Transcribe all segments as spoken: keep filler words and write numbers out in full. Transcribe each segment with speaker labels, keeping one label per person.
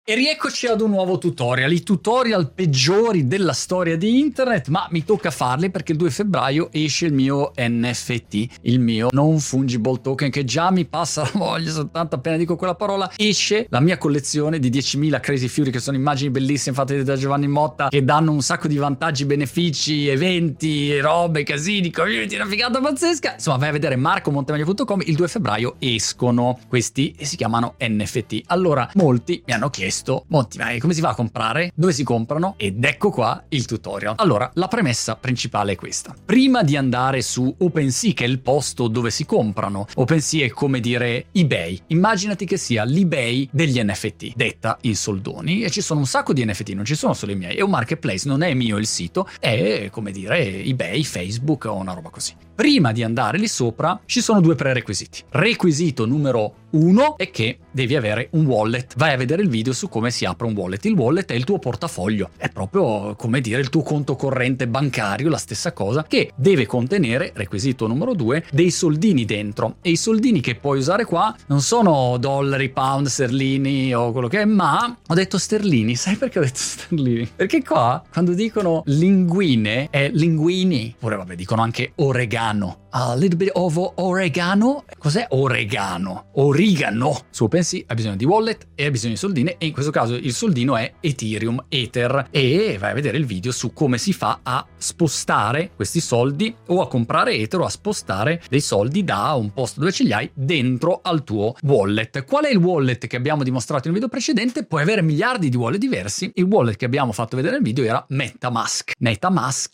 Speaker 1: E rieccoci ad un nuovo tutorial, i tutorial peggiori della storia di internet, ma mi tocca farli perché il due febbraio esce il mio N F T, il mio non fungible token, che già mi passa la voglia soltanto appena dico quella parola. Esce la mia collezione di diecimila Crazy Fury, che sono immagini bellissime fatte da Giovanni Motta, che danno un sacco di vantaggi, benefici, eventi, robe, casini, community, una figata pazzesca. Insomma, vai a vedere marco montemagno punto com, il due febbraio escono questi e si chiamano N F T. Allora, molti mi hanno chiesto Monti, ma come si va a comprare? Dove si comprano? Ed ecco qua il tutorial. Allora, la premessa principale è questa. Prima di andare su OpenSea, che è il posto dove si comprano, OpenSea è come dire eBay. Immaginati che sia l'eBay degli N F T, detta in soldoni, e ci sono un sacco di N F T, non ci sono solo i miei. È un marketplace, non è mio il sito, è come dire eBay, Facebook o una roba così. Prima di andare lì sopra ci sono due prerequisiti. Requisito numero uno è che devi avere un wallet. Vai a vedere il video su come si apre un wallet. Il wallet è il tuo portafoglio, è proprio come dire il tuo conto corrente bancario, la stessa cosa, che deve contenere, requisito numero due, dei soldini dentro. E i soldini che puoi usare qua non sono dollari, pound, sterlini o quello che è, ma ho detto sterlini. Sai perché ho detto sterlini? Perché qua quando dicono linguine è linguini, oppure vabbè dicono anche oregano. A little bit of oregano. Cos'è oregano? Origano. Su OpenSea hai bisogno di wallet e hai bisogno di soldini, e in questo caso il soldino è Ethereum, Ether, e vai a vedere il video su come si fa a spostare questi soldi o a comprare Ether o a spostare dei soldi da un posto dove ce li hai dentro al tuo wallet. Qual è il wallet che abbiamo dimostrato in un video precedente? Puoi avere miliardi di wallet diversi. Il wallet che abbiamo fatto vedere nel video era MetaMask. MetaMask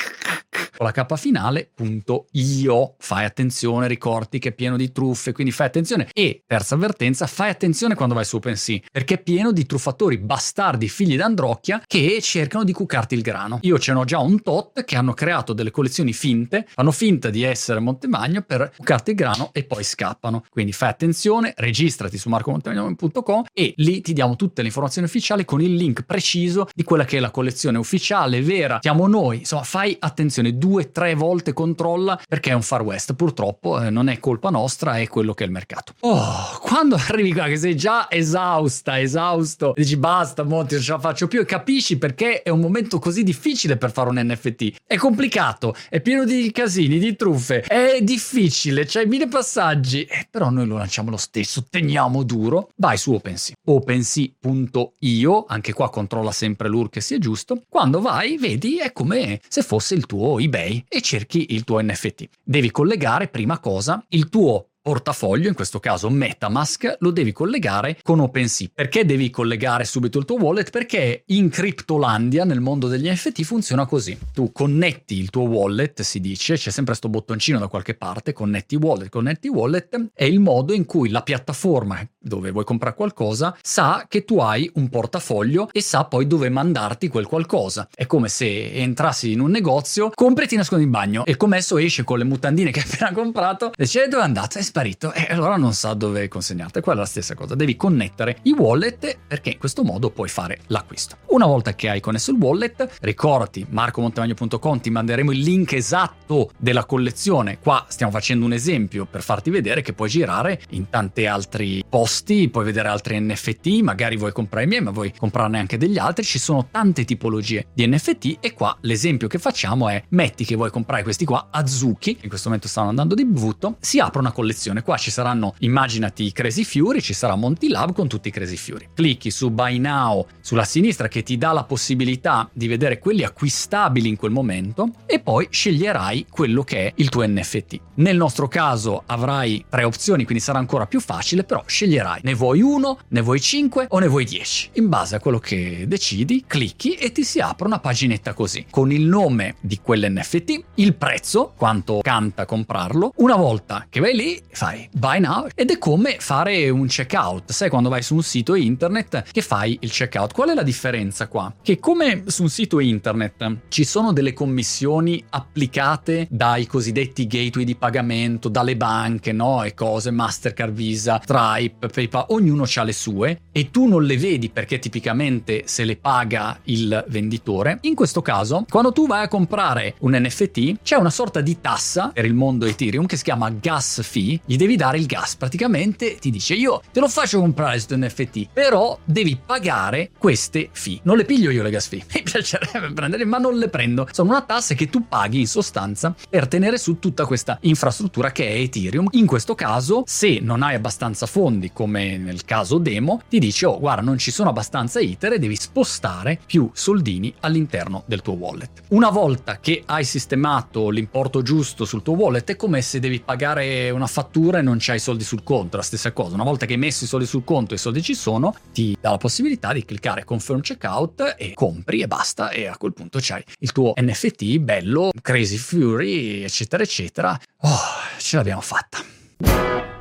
Speaker 1: con la K finale, punto io. Fai attenzione, ricordi che è pieno di truffe, quindi fai attenzione. E terza avvertenza, fai attenzione quando vai su OpenSea, perché è pieno di truffatori bastardi, figli d'Androcchia, che cercano di cuccarti il grano. Io ce n'ho già un tot che hanno creato delle collezioni finte, fanno finta di essere Montemagno per cuccarti il grano e poi scappano. Quindi fai attenzione, registrati su marco montemagno punto com e lì ti diamo tutte le informazioni ufficiali con il link preciso di quella che è la collezione ufficiale, vera, siamo noi. Insomma, fai attenzione, due, tre volte controlla, perché è un far west, purtroppo eh, non è colpa nostra, è quello che è il mercato. Oh, quando arrivi qua che sei già esausta, esausto, dici basta Monti, non ce la faccio più, e capisci perché è un momento così difficile per fare un N F T. È complicato, è pieno di casini, di truffe, è difficile, c'hai mille passaggi, eh, però noi lo lanciamo lo stesso, teniamo duro. Vai su OpenSea, OpenSea punto io, anche qua controlla sempre l'U R che sia giusto. Quando vai vedi è come se fosse il tuo eBay e cerchi il tuo N F T. Devi collegare prima cosa il tuo portafoglio, in questo caso MetaMask, lo devi collegare con OpenSea. Perché devi collegare subito il tuo wallet? Perché in Criptolandia, nel mondo degli N F T, funziona così. Tu connetti il tuo wallet, si dice, c'è sempre sto bottoncino da qualche parte, connetti wallet, connetti wallet, è il modo in cui la piattaforma dove vuoi comprare qualcosa sa che tu hai un portafoglio e sa poi dove mandarti quel qualcosa. È come se entrassi in un negozio, compri e ti nascondi in bagno e il commesso esce con le mutandine che hai appena comprato e dice dove è andato? È sparito, e allora non sa dove consegnarti. Quella è la stessa cosa, devi connettere i wallet perché in questo modo puoi fare l'acquisto. Una volta che hai connesso il wallet, ricordati marco montemagno punto com, ti manderemo il link esatto della collezione. Qua stiamo facendo un esempio per farti vedere che puoi girare in tanti altri posti, puoi vedere altri N F T, magari vuoi comprare i miei ma vuoi comprarne anche degli altri. Ci sono tante tipologie di N F T e qua l'esempio che facciamo è: metti che vuoi comprare questi qua Azuki, in questo momento stanno andando di brutto, si apre una collezione. Qua ci saranno, immaginati i Crazy Fury, ci sarà Monty Lab con tutti i Crazy Fury. Clicchi su Buy Now sulla sinistra che ti dà la possibilità di vedere quelli acquistabili in quel momento e poi sceglierai quello che è il tuo N F T. Nel nostro caso avrai tre opzioni, quindi sarà ancora più facile, però sceglierai: ne vuoi uno, ne vuoi cinque o ne vuoi dieci. In base a quello che decidi, clicchi e ti si apre una paginetta così, con il nome di quell'N F T, il prezzo, quanto canta comprarlo. Una volta che vai lì, fai buy now ed è come fare un checkout. Sai quando vai su un sito internet che fai il checkout? Qual è la differenza qua? Che come su un sito internet ci sono delle commissioni applicate dai cosiddetti gateway di pagamento, dalle banche, no? E cose, Mastercard, Visa, Stripe, per PayPal, ognuno ha le sue e tu non le vedi perché tipicamente se le paga il venditore. In questo caso, quando tu vai a comprare un N F T, c'è una sorta di tassa per il mondo Ethereum che si chiama gas fee, gli devi dare il gas, praticamente ti dice io te lo faccio comprare questo N F T, però devi pagare queste fee. Non le piglio io le gas fee, mi piacerebbe prendere, ma non le prendo, sono una tassa che tu paghi in sostanza per tenere su tutta questa infrastruttura che è Ethereum. In questo caso, se non hai abbastanza fondi, come nel caso demo, ti dice oh guarda non ci sono abbastanza Ether e devi spostare più soldini all'interno del tuo wallet. Una volta che hai sistemato l'importo giusto sul tuo wallet, è come se devi pagare una fattura e non c'hai soldi sul conto, la stessa cosa. Una volta che hai messo i soldi sul conto e i soldi ci sono, ti dà la possibilità di cliccare confirm checkout e compri e basta, e a quel punto c'hai il tuo N F T bello, Crazy Fury, eccetera eccetera. Oh, ce l'abbiamo fatta.